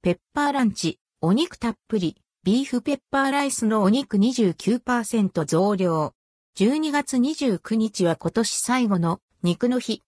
ペッパーランチ、お肉たっぷり、ビーフペッパーライスのお肉 29% 増量。12月29日は今年最後の肉の日。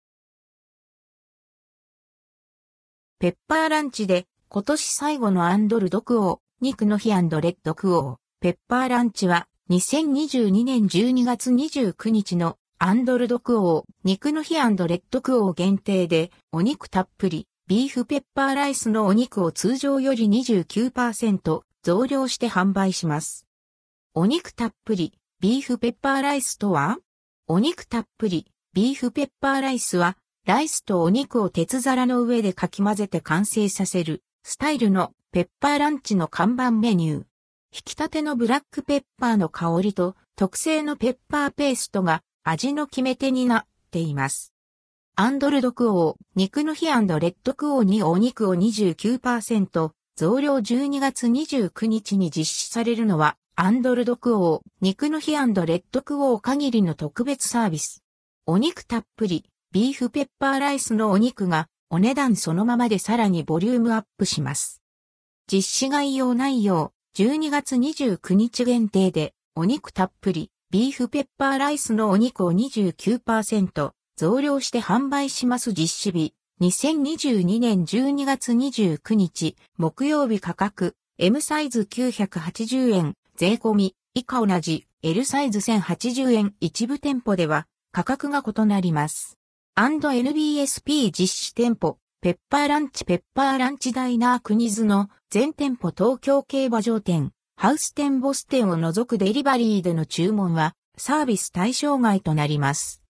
ペッパーランチで今年最後のアンドルドクオー、肉の日&レッドクオー。ペッパーランチは2022年12月29日のアンドルドクオー、肉の日&レッドクオー限定でお肉たっぷり、ビーフペッパーライスのお肉を通常より 29% 増量して販売します。お肉たっぷり、ビーフペッパーライスとは？お肉たっぷり、ビーフペッパーライスは、ライスとお肉を鉄皿の上でかき混ぜて完成させる、スタイルのペッパーランチの看板メニュー。引き立てのブラックペッパーの香りと特製のペッパーペーストが味の決め手になっています。アンドルドクオー、肉の日&レッドクオーにお肉を 29% 増量12月29日に実施されるのは、アンドルドクオー、肉の日&レッドクオー限りの特別サービス。お肉たっぷり、ビーフペッパーライスのお肉がお値段そのままでさらにボリュームアップします。実施概要内容、12月29日限定でお肉たっぷり、ビーフペッパーライスのお肉を 29% 増量して販売します実施日。2022年12月29日、木曜日価格、M サイズ980円、税込み、以下同じ、L サイズ1080円、一部店舗では価格が異なります。&NBSP 実施店舗、ペッパーランチダイナー国津の全店舗東京競馬場店、ハウス店ボス店を除くデリバリーでの注文はサービス対象外となります。